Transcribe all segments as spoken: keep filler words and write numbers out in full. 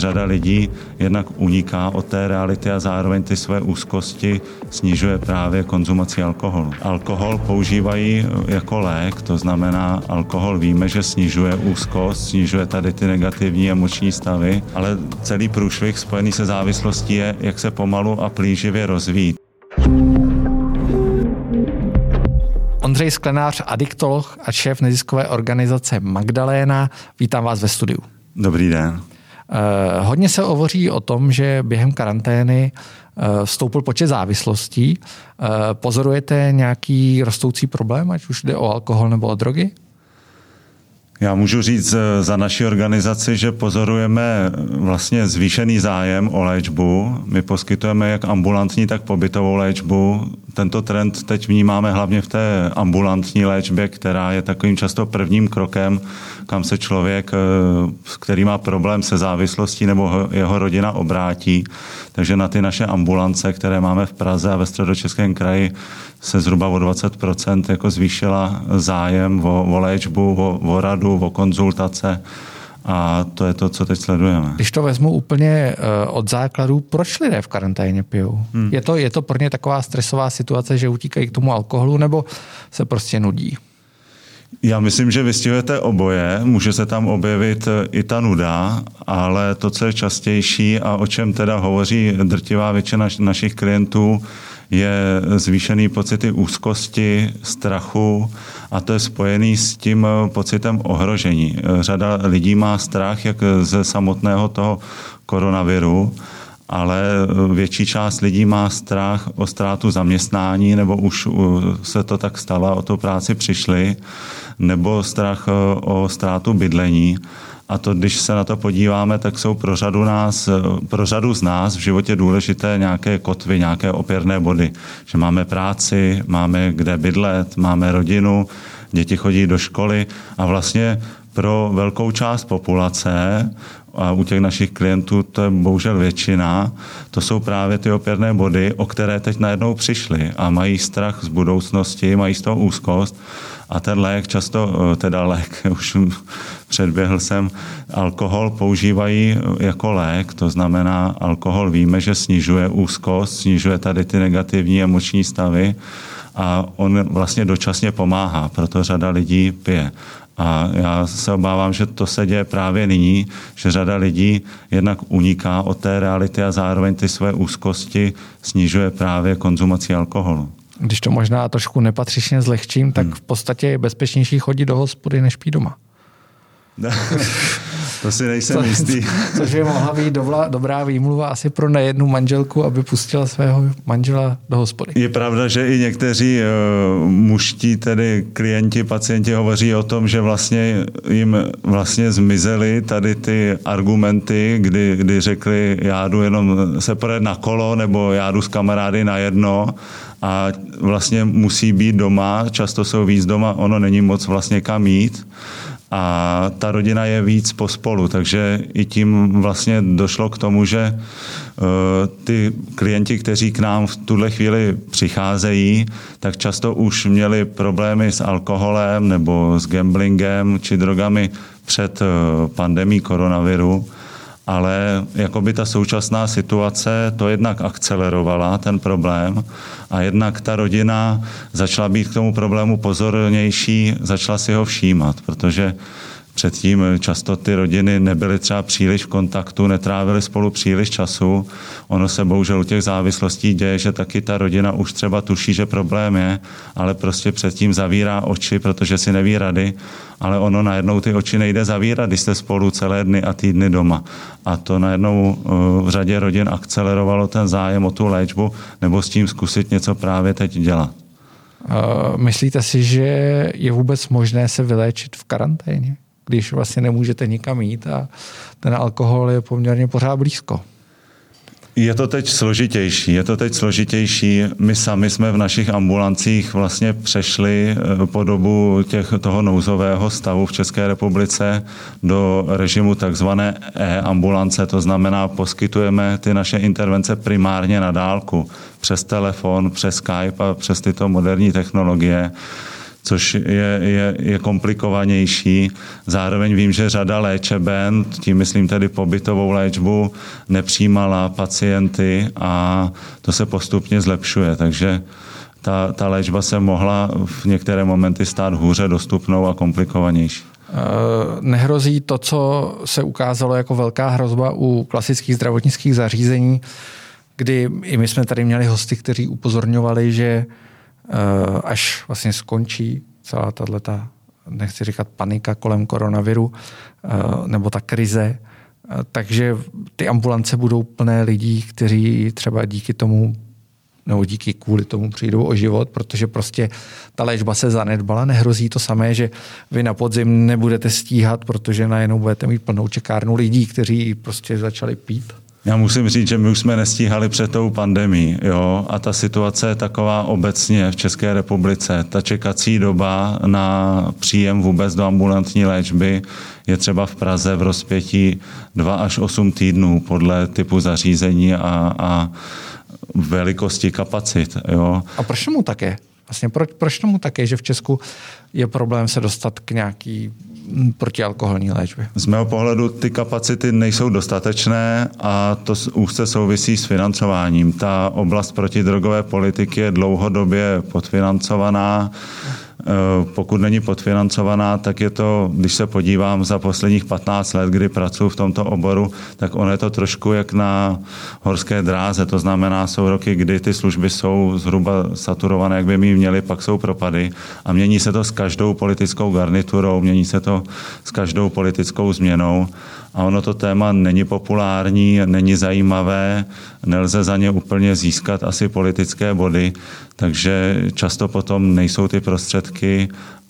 řada lidí jednak uniká od té reality a zároveň ty své úzkosti snižuje právě konzumací alkoholu. Alkohol používají jako lék, to znamená, alkohol víme, že snižuje úzkost, snižuje tady ty negativní emoční stavy, ale celý průšvih spojený se závislostí je, jak se pomalu a plíživě rozvíjí. Ondřej Sklenář, adiktolog a šéf neziskové organizace Magdaléna. Vítám vás ve studiu. Dobrý den. Eh, hodně se hovoří o tom, že během karantény eh, stoupl počet závislostí. Eh, pozorujete nějaký rostoucí problém, ať už jde o alkohol nebo o drogy? Já můžu říct za naši organizaci, že pozorujeme vlastně zvýšený zájem o léčbu. My poskytujeme jak ambulantní, tak pobytovou léčbu. Tento trend teď vnímáme hlavně v té ambulantní léčbě, která je takovým často prvním krokem, kam se člověk, který má problém se závislostí nebo jeho rodina obrátí. Takže na ty naše ambulance, které máme v Praze a ve Středočeském kraji, se zhruba o dvacet procent jako zvýšila zájem o, o léčbu, o, o radu, o konzultace. A to je to, co teď sledujeme. Když to vezmu úplně uh, od základů, proč lidé v karanténě pijou? Hmm. Je to, je to pro ně taková stresová situace, že utíkají k tomu alkoholu, nebo se prostě nudí? Já myslím, že vystihujete oboje. Může se tam objevit i ta nuda, ale to, co je častější a o čem teda hovoří drtivá většina našich klientů, je zvýšený pocity úzkosti, strachu a to je spojený s tím pocitem ohrožení. Řada lidí má strach jak ze samotného toho koronaviru, ale větší část lidí má strach o ztrátu zaměstnání, nebo už se to tak stalo a o tu práci přišli, nebo strach o ztrátu bydlení. A to, když se na to podíváme, tak jsou pro řadu, nás, pro řadu z nás v životě důležité nějaké kotvy, nějaké opěrné body. Že máme práci, máme kde bydlet, máme rodinu, děti chodí do školy a vlastně pro velkou část populace, a u těch našich klientů to je bohužel většina, to jsou právě ty opěrné body, o které teď najednou přišli a mají strach z budoucnosti, mají z toho úzkost a ten lék často, teda lék, už předběhl jsem, alkohol používají jako lék, to znamená, alkohol víme, že snižuje úzkost, snižuje tady ty negativní emoční stavy a on vlastně dočasně pomáhá, proto řada lidí pije. A já se obávám, že to se děje právě nyní, že řada lidí jednak uniká od té reality a zároveň ty své úzkosti snižuje právě konzumací alkoholu. Když to možná trošku nepatřičně zlehčím, tak v podstatě je bezpečnější chodit do hospody, než pít doma. To si nejsem Co, jistý. Což by mohla být dobrá, dobrá výmluva asi pro nejednu manželku, aby pustila svého manžela do hospody. Je pravda, že i někteří uh, mužtí, tedy klienti, pacienti hovoří o tom, že vlastně jim vlastně zmizely tady ty argumenty, kdy, kdy řekli, já jdu jenom se projet na kolo, nebo já jdu s kamarády na jedno a vlastně musí být doma, často jsou víc doma, ono není moc vlastně kam jít. A ta rodina je víc pospolu, takže i tím vlastně došlo k tomu, že uh, ty klienti, kteří k nám v tuhle chvíli přicházejí, tak často už měli problémy s alkoholem nebo s gamblingem či drogami před uh, pandemií koronaviru. Ale jakoby ta současná situace to jednak akcelerovala, ten problém, a jednak ta rodina začala být k tomu problému pozornější, začala si ho všímat, protože předtím často ty rodiny nebyly třeba příliš v kontaktu, netrávily spolu příliš času. Ono se bohužel u těch závislostí děje, že taky ta rodina už třeba tuší, že problém je, ale prostě předtím zavírá oči, protože si neví rady, ale ono najednou ty oči nejde zavírat, když jste spolu celé dny a týdny doma. A to najednou v řadě rodin akcelerovalo ten zájem o tu léčbu, nebo s tím zkusit něco právě teď dělat. Uh, myslíte si, že je vůbec možné se vyléčit v karanténě, když vlastně nemůžete nikam jít a ten alkohol je poměrně pořád blízko? Je to teď složitější, je to teď složitější. My sami jsme v našich ambulancích vlastně přešli po dobu těch, toho nouzového stavu v České republice do režimu takzvané e-ambulance, to znamená, poskytujeme ty naše intervence primárně na dálku, přes telefon, přes Skype a přes tyto moderní technologie. což je, je, je komplikovanější. Zároveň vím, že řada léčeben, tím myslím tedy pobytovou léčbu, nepřijímala pacienty a to se postupně zlepšuje. Takže ta, ta léčba se mohla v některé momenty stát hůře dostupnou a komplikovanější. Nehrozí to, co se ukázalo jako velká hrozba u klasických zdravotnických zařízení, kdy i my jsme tady měli hosty, kteří upozorňovali, že až vlastně skončí celá tato, nechci říkat panika kolem koronaviru, nebo ta krize, takže ty ambulance budou plné lidí, kteří třeba díky tomu nebo díky kvůli tomu přijdou o život, protože prostě ta léčba se zanedbala. Nehrozí to samé, že vy na podzim nebudete stíhat, protože najednou budete mít plnou čekárnu lidí, kteří prostě začali pít. Já musím říct, že my už jsme nestíhali před tou pandemií, jo, a ta situace je taková obecně v České republice. Ta čekací doba na příjem vůbec do ambulantní léčby je třeba v Praze v rozpětí dva až osm týdnů podle typu zařízení a, a velikosti kapacit. Jo. A proč tomu tak je? Vlastně proč, proč tomu tak je, že v Česku je problém se dostat k nějaký protialkoholní léčbě? Z mého pohledu ty kapacity nejsou dostatečné a to úzce souvisí s financováním. Ta oblast protidrogové politiky je dlouhodobě podfinancovaná. Pokud není podfinancovaná, tak je to, když se podívám za posledních patnáct let, kdy pracuji v tomto oboru, tak ono je to trošku jak na horské dráze. To znamená, jsou roky, kdy ty služby jsou zhruba saturované, jak by mi měly, pak jsou propady. A mění se to s každou politickou garniturou, mění se to s každou politickou změnou. A ono to téma není populární, není zajímavé, nelze za ně úplně získat asi politické body, takže často potom nejsou ty prostředky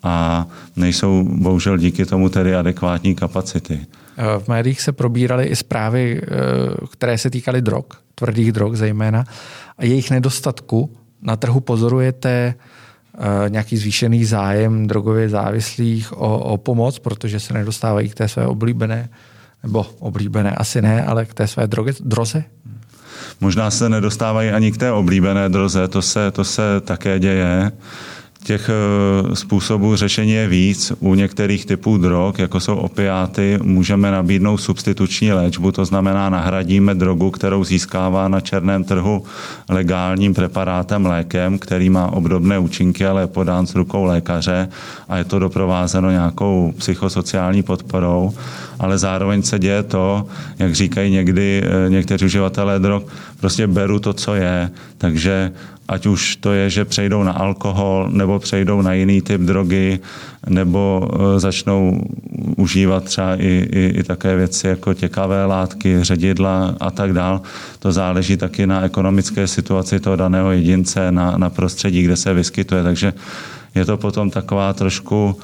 a nejsou bohužel díky tomu tedy adekvátní kapacity. V médiích se probíraly i zprávy, které se týkaly drog, tvrdých drog zejména, a jejich nedostatku. Na trhu pozorujete nějaký zvýšený zájem drogově závislých o, o pomoc, protože se nedostávají k té své oblíbené nebo oblíbené asi ne, ale k té své droge, droze? Možná se nedostávají ani k té oblíbené droze, to se, to se také děje. Těch způsobů řešení je víc. U některých typů drog, jako jsou opiáty, můžeme nabídnout substituční léčbu, to znamená nahradíme drogu, kterou získává na černém trhu legálním preparátem, lékem, který má obdobné účinky, ale je podán s rukou lékaře a je to doprovázeno nějakou psychosociální podporou. Ale zároveň se děje to, jak říkají někdy někteří uživatelé drog, prostě beru to, co je, takže ať už to je, že přejdou na alkohol, nebo přejdou na jiný typ drogy, nebo začnou užívat třeba i, i, i také věci jako těkavé látky, ředidla a tak dál. To záleží taky na ekonomické situaci toho daného jedince, na, na prostředí, kde se vyskytuje. Takže je to potom taková trošku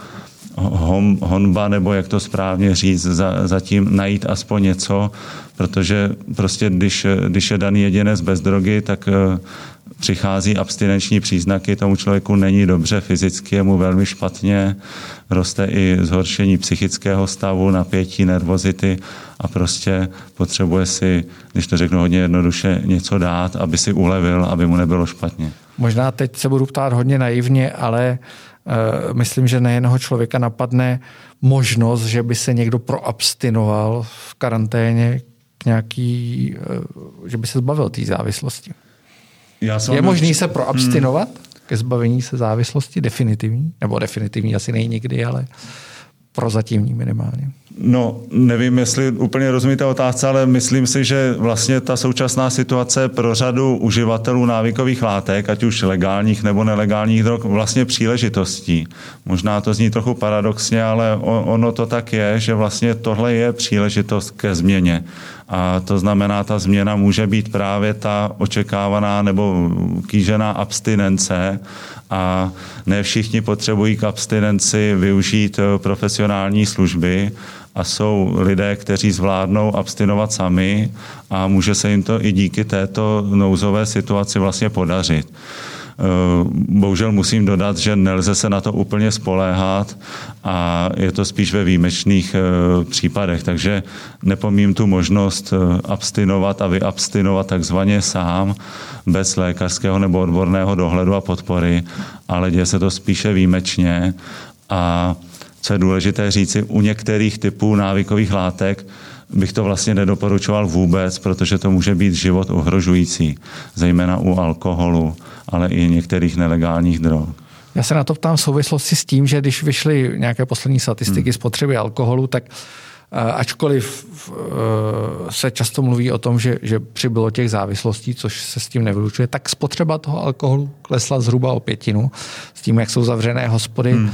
hon, honba, nebo jak to správně říct, za, zatím najít aspoň něco, protože prostě když, když je daný jedinec bez drogy, tak přichází abstinenční příznaky, tomu člověku není dobře fyzicky, je mu velmi špatně, roste i zhoršení psychického stavu, napětí, nervozity a prostě potřebuje si, když to řeknu hodně jednoduše, něco dát, aby si ulevil, aby mu nebylo špatně. Možná teď se budu ptát hodně naivně, ale uh, myslím, že nejenho člověka napadne možnost, že by se někdo proabstinoval v karanténě k nějaký, uh, že by se zbavil té závislosti. Je možný se proabstinovat hmm. ke zbavení se závislosti definitivní? Nebo definitivní asi nej nikdy, ale prozatímní minimálně. No, nevím, jestli úplně rozumíte otázce, ale myslím si, že vlastně ta současná situace pro řadu uživatelů návykových látek, ať už legálních nebo nelegálních drog, vlastně příležitostí. Možná to zní trochu paradoxně, ale ono to tak je, že vlastně tohle je příležitost ke změně. A to znamená, ta změna může být právě ta očekávaná nebo kýžená abstinence a ne všichni potřebují k abstinenci využít profesionální služby a jsou lidé, kteří zvládnou abstinovat sami a může se jim to i díky této nouzové situaci vlastně podařit. Bohužel musím dodat, že nelze se na to úplně spoléhat a je to spíš ve výjimečných případech, takže nepomím tu možnost abstinovat a vyabstinovat takzvaně sám, bez lékařského nebo odborného dohledu a podpory, ale děje se to spíše výjimečně. A co je důležité říci, u některých typů návykových látek bych to vlastně nedoporučoval vůbec, protože to může být život ohrožující, zejména u alkoholu, ale i některých nelegálních drog. Já se na to ptám v souvislosti s tím, že když vyšly nějaké poslední statistiky hmm. spotřeby alkoholu, tak ačkoliv se často mluví o tom, že, že přibylo těch závislostí, což se s tím nevylučuje, tak spotřeba toho alkoholu klesla zhruba o pětinu s tím, jak jsou zavřené hospody. Hmm.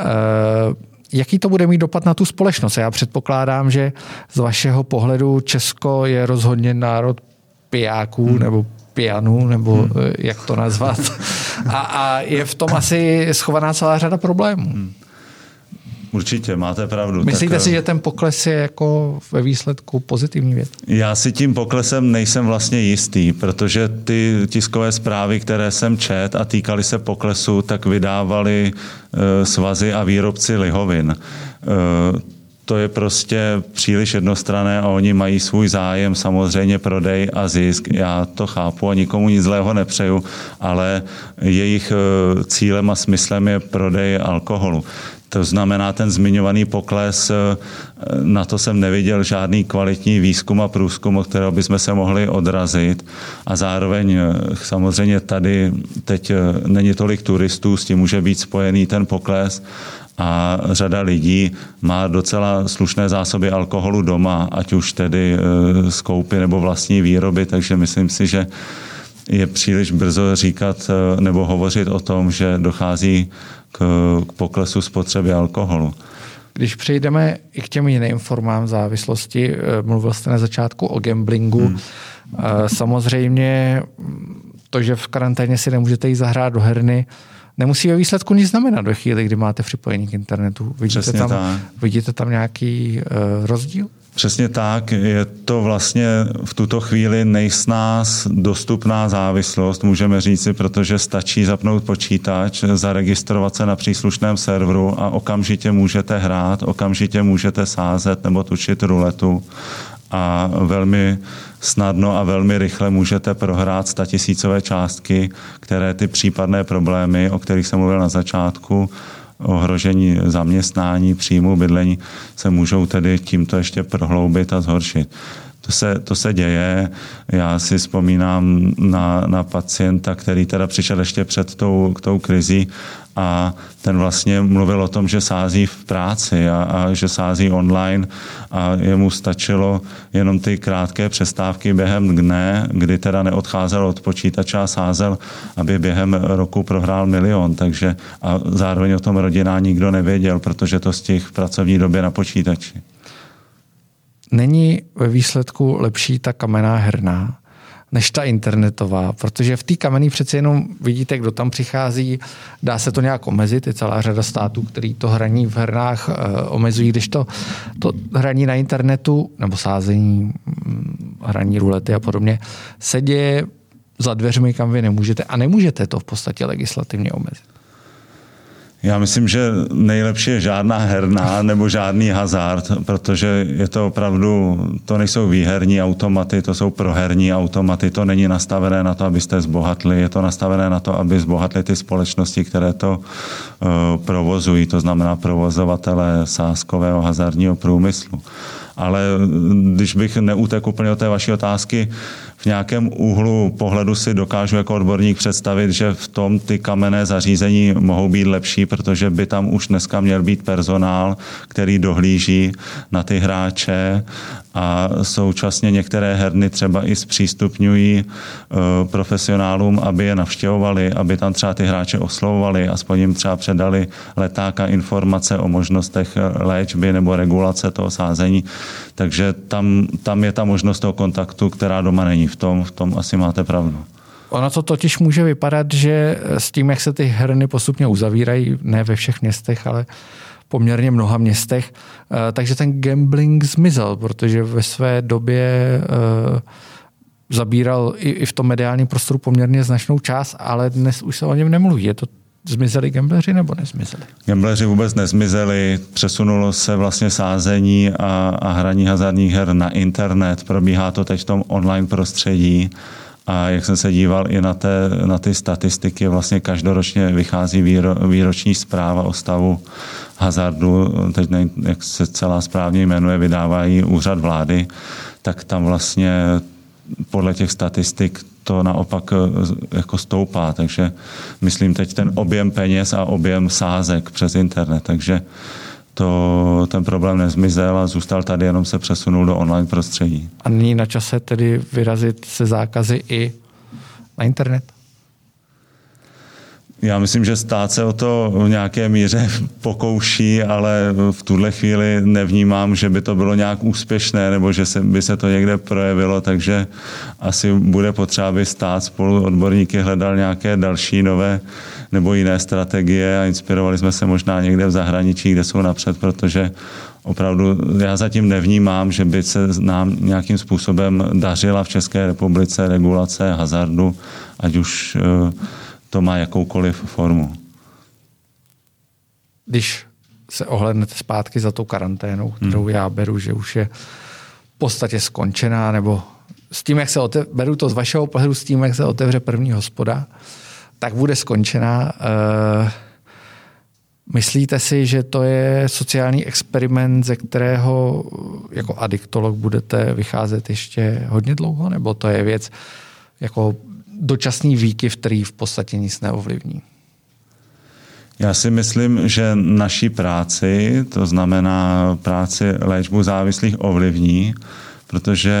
Jaký to bude mít dopad na tu společnost? Já předpokládám, že z vašeho pohledu Česko je rozhodně národ pijáků hmm. nebo pijanů, nebo hmm. jak to nazvat. A, a je v tom asi schovaná celá řada problémů. Hmm. Určitě, máte pravdu. Myslíte tak, si, že ten pokles je jako ve výsledku pozitivní věc? Já si tím poklesem nejsem vlastně jistý, protože ty tiskové zprávy, které jsem čet a týkaly se poklesu, tak vydávali e, svazy a výrobci lihovin. E, to je prostě příliš jednostranné a oni mají svůj zájem, samozřejmě prodej a zisk. Já to chápu a nikomu nic zlého nepřeju, ale jejich cílem a smyslem je prodej alkoholu. To znamená, ten zmiňovaný pokles, na to jsem neviděl žádný kvalitní výzkum a průzkum, od kterého bychom se mohli odrazit. A zároveň samozřejmě tady teď není tolik turistů, s tím může být spojený ten pokles a řada lidí má docela slušné zásoby alkoholu doma, ať už tedy z koupy nebo vlastní výroby, takže myslím si, že je příliš brzo říkat nebo hovořit o tom, že dochází k, k poklesu spotřeby alkoholu. Když přejdeme i k těm jiným formám závislosti, mluvil jste na začátku o gamblingu. Hmm. Samozřejmě to, že v karanténě si nemůžete jít zahrát do herny, nemusí ve výsledku nic znamenat ve chvíli, kdy máte připojení k internetu. Vidíte, tam, vidíte tam nějaký uh, rozdíl? Přesně tak. Je to vlastně v tuto chvíli nejsnáz dostupná závislost, můžeme říci, protože stačí zapnout počítač, zaregistrovat se na příslušném serveru a okamžitě můžete hrát, okamžitě můžete sázet nebo tučit ruletu a velmi snadno a velmi rychle můžete prohrát statisícové částky, které ty případné problémy, o kterých jsem mluvil na začátku, ohrožení zaměstnání, příjmu, bydlení, se můžou tedy tímto ještě prohloubit a zhoršit. To se, to se děje. Já si vzpomínám na, na pacienta, který teda přišel ještě před tou, tou krizí a ten vlastně mluvil o tom, že sází v práci a, a že sází online a jemu stačilo jenom ty krátké přestávky během dne, kdy teda neodcházel od počítače a sázel, aby během roku prohrál milion. Takže a zároveň o tom rodina nikdo nevěděl, protože to stihl v pracovní době na počítači. Není ve výsledku lepší ta kamenná herna než ta internetová, protože v té kamenné přece jenom vidíte, kdo tam přichází, dá se to nějak omezit, je celá řada států, který to hraní v hernách e, omezují, když to, to hraní na internetu, nebo sázení, hraní rulety a podobně, se děje za dveřmi, kam vy nemůžete a nemůžete to v podstatě legislativně omezit. Já myslím, že nejlepší je žádná herna nebo žádný hazard, protože je to opravdu, to nejsou výherní automaty, to jsou proherní automaty, to není nastavené na to, abyste zbohatli, je to nastavené na to, aby zbohatly ty společnosti, které to uh, provozují, to znamená provozovatele sázkového hazardního průmyslu. Ale když bych neutekl úplně od té vaší otázky, v nějakém úhlu pohledu si dokážu jako odborník představit, že v tom ty kamenné zařízení mohou být lepší, protože by tam už dneska měl být personál, který dohlíží na ty hráče a současně některé herny třeba i zpřístupňují uh, profesionálům, aby je navštěvovali, aby tam třeba ty hráče oslovovali, aspoň jim třeba předali leták a informace o možnostech léčby nebo regulace toho sázení. Takže tam, tam je ta možnost toho kontaktu, která doma není. V tom, v tom asi máte pravdu. Ono to totiž může vypadat, že s tím, jak se ty herny postupně uzavírají, ne ve všech městech, ale poměrně mnoha městech, takže ten gambling zmizel, protože ve své době zabíral i, i v tom mediálním prostoru poměrně značnou část, ale dnes už se o něm nemluví. Je to Zmizeli gambleři nebo nezmizeli? Gambleři vůbec nezmizeli, přesunulo se vlastně sázení a, a hraní hazardních her na internet, probíhá to teď v tom online prostředí a jak jsem se díval i na, té, na ty statistiky, vlastně každoročně vychází výro, výroční zpráva o stavu hazardu, teď nevím, jak se celá správně jmenuje, vydávají úřad vlády, tak tam vlastně podle těch statistik to naopak jako stoupá, takže myslím teď ten objem peněz a objem sázek přes internet, takže to, ten problém nezmizel a zůstal tady, jenom se přesunul do online prostředí. A nyní na čase tedy vyrazit se zákazy i na internet? Já myslím, že stát se o to v nějaké míře pokouší, ale v tuhle chvíli nevnímám, že by to bylo nějak úspěšné nebo že se, by se to někde projevilo, takže asi bude potřeba, aby stát spolu odborníky hledal nějaké další nové nebo jiné strategie a inspirovali jsme se možná někde v zahraničí, kde jsou napřed, protože opravdu já zatím nevnímám, že by se nám nějakým způsobem dařila v České republice regulace hazardu, ať už to má jakoukoliv formu. Když se ohlédnete zpátky za tou karanténou, kterou hmm. já beru, že už je v podstatě skončená, nebo s tím, jak se otevře, beru to z vašeho pohledu, s tím, jak se otevře první hospoda, tak bude skončená. E, myslíte si, že to je sociální experiment, ze kterého jako adiktolog budete vycházet ještě hodně dlouho, nebo to je věc jako dočasný výkyv, který v podstatě nic neovlivní? Já si myslím, že naší práci, to znamená práci léčbu závislých, ovlivní, protože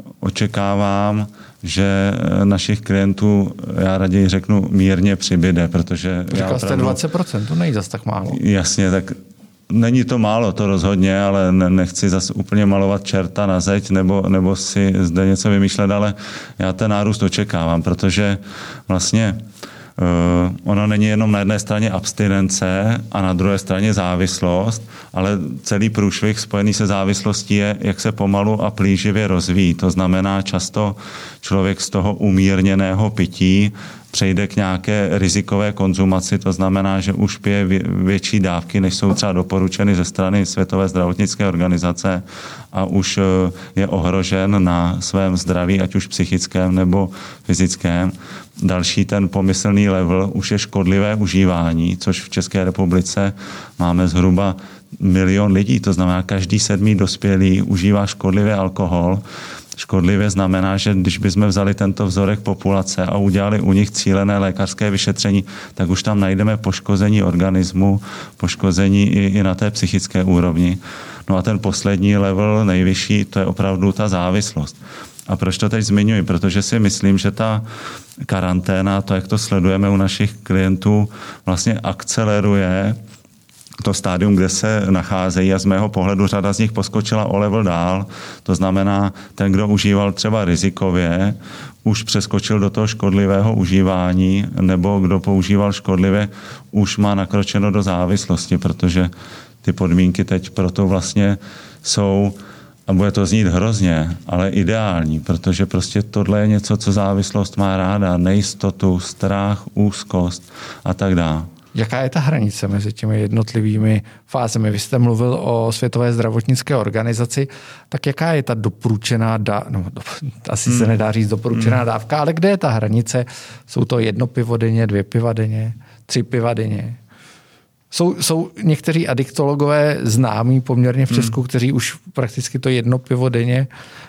očekávám, že našich klientů, já raději řeknu, mírně přibyde, protože... Říkal jste opravdu, dvacet procent, to není zase tak málo. Jasně, tak není to málo, to rozhodně, ale nechci zase úplně malovat čerta na zeď nebo, nebo si zde něco vymýšlet, ale já ten nárůst očekávám, protože vlastně uh, ono není jenom na jedné straně abstinence a na druhé straně závislost, ale celý průšvih spojený se závislostí je, jak se pomalu a plíživě rozvíjí. To znamená, často člověk z toho umírněného pití přejde k nějaké rizikové konzumaci, to znamená, že už pije větší dávky, než jsou třeba doporučeny ze strany Světové zdravotnické organizace a už je ohrožen na svém zdraví, ať už psychickém nebo fyzickém. Další ten pomyslný level už je škodlivé užívání, což v České republice máme zhruba milion lidí, to znamená, každý sedmý dospělý užívá škodlivě alkohol. Škodlivě znamená, že když bychom vzali tento vzorek populace a udělali u nich cílené lékařské vyšetření, tak už tam najdeme poškození organismu, poškození i, i na té psychické úrovni. No a ten poslední level, nejvyšší, to je opravdu ta závislost. A proč to teď zmiňuji? Protože si myslím, že ta karanténa, to, jak to sledujeme u našich klientů, vlastně akceleruje to stádium, kde se nacházejí a z mého pohledu řada z nich poskočila o level dál. To znamená, ten, kdo užíval třeba rizikově, už přeskočil do toho škodlivého užívání, nebo kdo používal škodlivě, už má nakročeno do závislosti, protože ty podmínky teď proto vlastně jsou, a bude to znít hrozně, ale ideální, protože prostě tohle je něco, co závislost má ráda, nejistotu, strach, úzkost a tak dále. Jaká je ta hranice mezi těmi jednotlivými fázemi? Vy jste mluvil o Světové zdravotnické organizaci, tak jaká je ta doporučená dávka? No, do, asi hmm. se nedá říct doporučená hmm. dávka, ale kde je ta hranice? Jsou to jedno pivo denně, dvě piva denně, tři piva denně? Jsou, jsou někteří adiktologové známí poměrně v Česku, hmm. kteří už prakticky to jedno pivo denně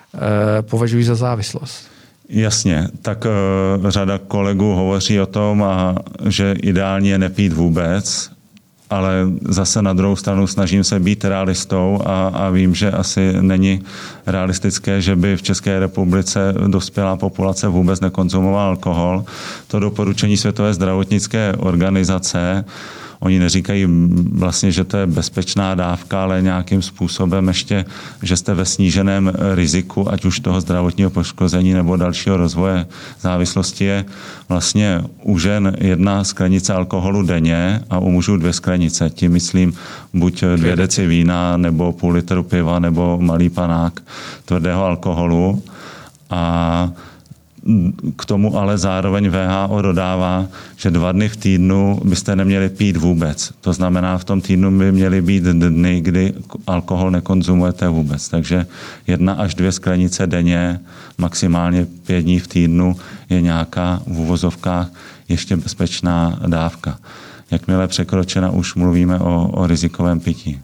eh, považují za závislost. Jasně, tak uh, řada kolegů hovoří o tom, a, že ideálně je nepít vůbec, ale zase na druhou stranu snažím se být realistou a, a vím, že asi není realistické, že by v České republice dospělá populace vůbec nekonzumovala alkohol. To doporučení Světové zdravotnické organizace, oni neříkají vlastně, že to je bezpečná dávka, ale nějakým způsobem ještě, že jste ve sníženém riziku, ať už toho zdravotního poškození nebo dalšího rozvoje závislosti, je vlastně u žen jedna sklenice alkoholu denně a u mužů dvě sklenice. Tím myslím buď dvě deci vína, nebo půl litru piva, nebo malý panák tvrdého alkoholu. A k tomu ale zároveň V H O dodává, že dva dny v týdnu byste neměli pít vůbec. To znamená, v tom týdnu by měly být dny, kdy alkohol nekonzumujete vůbec. Takže jedna až dvě sklenice denně, maximálně pět dní v týdnu je nějaká v uvozovkách ještě bezpečná dávka. Jakmile překročena, už mluvíme o, o rizikovém pití.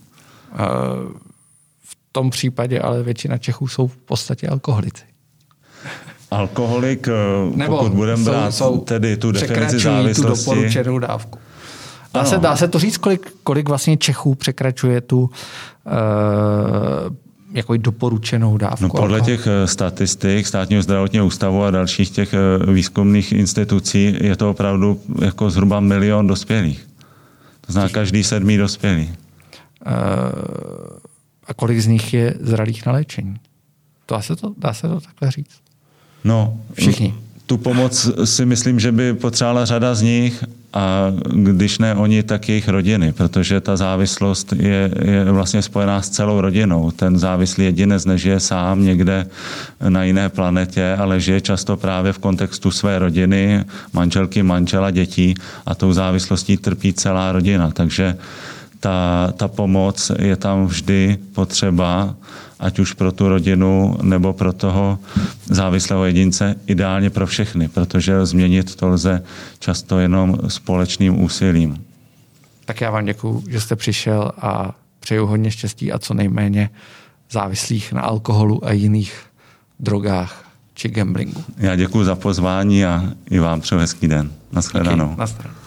V tom případě ale většina Čechů jsou v podstatě alkoholici. Alkoholik, Nebo pokud budeme brát jsou, tedy tu definici závislosti. Tu doporučenou dávku. Dá se, dá se to říct, kolik, kolik vlastně Čechů překračuje tu uh, jako doporučenou dávku? No podle těch statistik Státního zdravotního ústavu a dalších těch výzkumných institucí je to opravdu jako zhruba milion dospělých. To znamená každý sedmý dospělý. Uh, a kolik z nich je zralých na léčení? Dá se to, dá se to takhle říct? No, všichni. Tu pomoc si myslím, že by potřebovala řada z nich a když ne oni, tak jejich rodiny, protože ta závislost je, je vlastně spojená s celou rodinou. Ten závislý jedinec nežije sám někde na jiné planetě, ale žije často právě v kontextu své rodiny, manželky, manžela, dětí a tou závislostí trpí celá rodina. Takže ta, ta pomoc je tam vždy potřeba, ať už pro tu rodinu nebo pro toho závislého jedince, ideálně pro všechny, protože změnit to lze často jenom společným úsilím. Tak já vám děkuju, že jste přišel a přeju hodně štěstí a co nejméně závislých na alkoholu a jiných drogách či gamblingu. Já děkuju za pozvání a i vám přeju hezký den. Naschledanou. Naschledanou.